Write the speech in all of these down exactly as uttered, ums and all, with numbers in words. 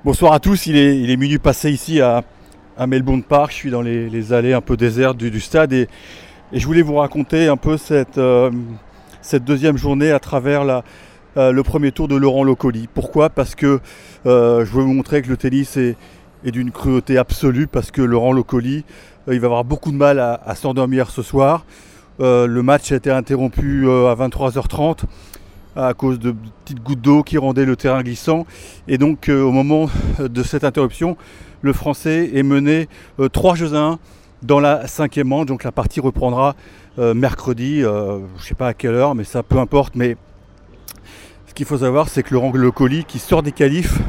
Bonsoir à tous, il est, il est minuit passé ici à, à Melbourne Park. Je suis dans les, les allées un peu désertes du, du stade et, et je voulais vous raconter un peu cette, euh, cette deuxième journée à travers la, euh, le premier tour de Laurent Locoli. Pourquoi ? Parce que euh, je veux vous montrer que le tennis est, est d'une cruauté absolue, parce que Laurent Locoli, euh, il va avoir beaucoup de mal à, à s'endormir ce soir. Euh, le match a été interrompu euh, à vingt-trois heures trente. À cause de petites gouttes d'eau qui rendaient le terrain glissant. Et donc euh, au moment de cette interruption, le Français est mené euh, trois jeux à un dans la cinquième manche. Donc la partie reprendra euh, mercredi, euh, je ne sais pas à quelle heure, mais ça peu importe. Mais ce qu'il faut savoir, c'est que Laurent Locoli, qui sort des qualifs,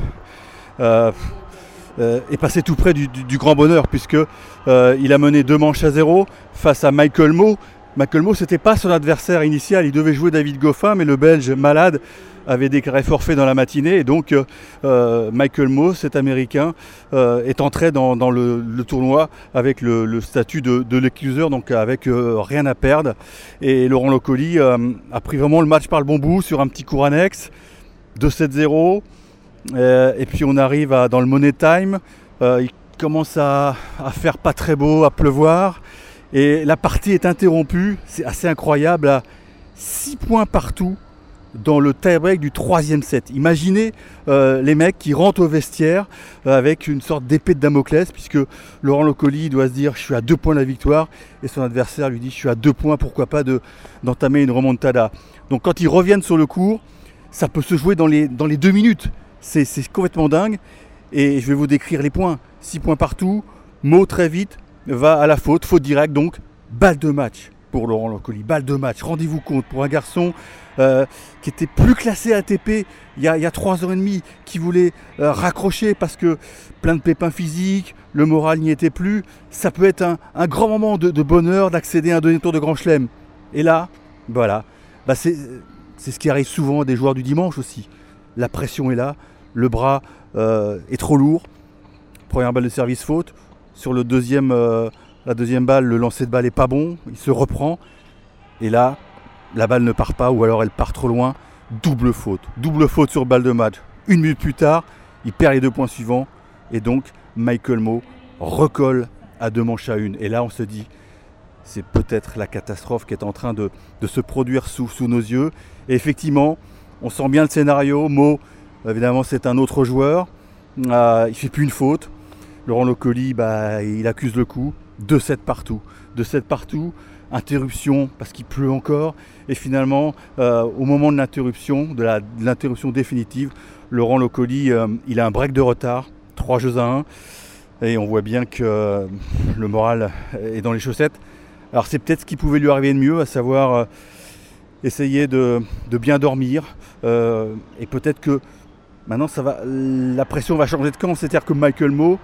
euh, euh, est passé tout près du, du, du grand bonheur, puisque euh, il a mené deux manches à zéro face à Michael Mmoh. Michael Mmoh, ce n'était pas son adversaire initial, il devait jouer David Goffin, mais le Belge malade avait déclaré forfait dans la matinée, et donc euh, Michael Mmoh, cet Américain, euh, est entré dans, dans le, le tournoi avec le, le statut de, de l'accuser, donc avec euh, rien à perdre. Et Laurent Locoli euh, a pris vraiment le match par le bon bout sur un petit court annexe, deux sept zéro, euh, et puis on arrive à, dans le Money Time, euh, il commence à, à faire pas très beau, à pleuvoir. Et la partie est interrompue, c'est assez incroyable, à six points partout dans le tie-break du troisième set. Imaginez euh, les mecs qui rentrent au vestiaire euh, avec une sorte d'épée de Damoclès, puisque Laurent Locoli doit se dire « je suis à deux points de la victoire » et son adversaire lui dit « je suis à deux points, pourquoi pas de, d'entamer une remontada ». Donc quand ils reviennent sur le court, ça peut se jouer dans les, dans les deux minutes. C'est, c'est complètement dingue. Et je vais vous décrire les points. six points partout, Mmoh très vite, va à la faute, faute directe, donc balle de match pour Laurent Locoli, balle de match, rendez-vous compte, pour un garçon euh, qui était plus classé A T P il y a, il y a trois heures trente, qui voulait euh, raccrocher parce que plein de pépins physiques, le moral n'y était plus, ça peut être un, un grand moment de, de bonheur d'accéder à un deuxième tour de Grand Chelem. Et là, voilà, bah c'est, c'est ce qui arrive souvent à des joueurs du dimanche aussi. La pression est là, le bras euh, est trop lourd, première balle de service faute. Sur le deuxième, euh, la deuxième balle, le lancer de balle n'est pas bon, il se reprend. Et là, la balle ne part pas, ou alors elle part trop loin. Double faute. Double faute sur balle de match. Une minute plus tard, il perd les deux points suivants. Et donc, Michael Mmoh recolle à deux manches à une. Et là, on se dit, c'est peut-être la catastrophe qui est en train de, de se produire sous, sous nos yeux. Et effectivement, on sent bien le scénario. Mmoh, évidemment, c'est un autre joueur. Euh, il ne fait plus une faute. Laurent Locoli, bah, il accuse le coup, deux sept partout, deux sept partout, interruption parce qu'il pleut encore, et finalement, euh, au moment de l'interruption, de, la, de l'interruption définitive, Laurent Locoli, euh, il a un break de retard, trois jeux à un, et on voit bien que euh, le moral est dans les chaussettes. Alors c'est peut-être ce qui pouvait lui arriver de mieux, à savoir euh, essayer de, de bien dormir, euh, et peut-être que maintenant ça va, la pression va changer de camp, c'est-à-dire que Michael Mmoh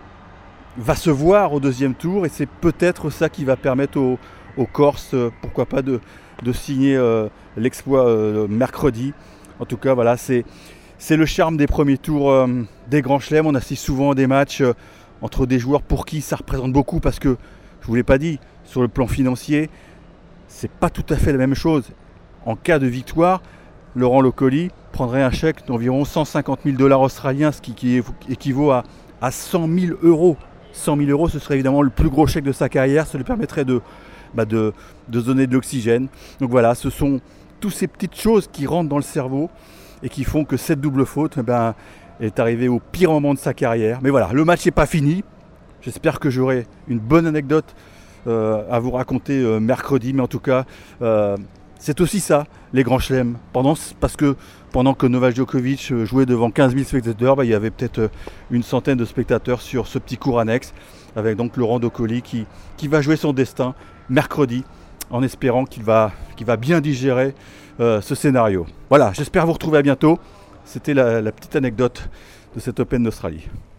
va se voir au deuxième tour, et c'est peut-être ça qui va permettre aux, aux Corses, euh, pourquoi pas, de, de signer euh, l'exploit euh, mercredi. En tout cas, voilà, c'est, c'est le charme des premiers tours euh, des Grands Chelems. On assiste souvent à des matchs euh, entre des joueurs pour qui ça représente beaucoup, parce que, je ne vous l'ai pas dit, sur le plan financier, c'est pas tout à fait la même chose. En cas de victoire, Laurent Locoli prendrait un chèque d'environ cent cinquante mille dollars australiens, ce qui, qui équivaut à, à cent mille euros. cent mille euros, ce serait évidemment le plus gros chèque de sa carrière. Ça lui permettrait de, bah de, de se donner de l'oxygène. Donc voilà, ce sont toutes ces petites choses qui rentrent dans le cerveau et qui font que cette double faute, eh ben, est arrivée au pire moment de sa carrière. Mais voilà, le match n'est pas fini. J'espère que j'aurai une bonne anecdote euh, à vous raconter euh, mercredi. Mais en tout cas, euh, c'est aussi ça, les Grands Chelems. Pendant, parce que pendant que Novak Djokovic jouait devant quinze mille spectateurs, bah, il y avait peut-être une centaine de spectateurs sur ce petit court annexe, avec donc Laurent Locoli qui, qui va jouer son destin mercredi, en espérant qu'il va, qu'il va bien digérer euh, ce scénario. Voilà, j'espère vous retrouver à bientôt. C'était la, la petite anecdote de cet Open d'Australie.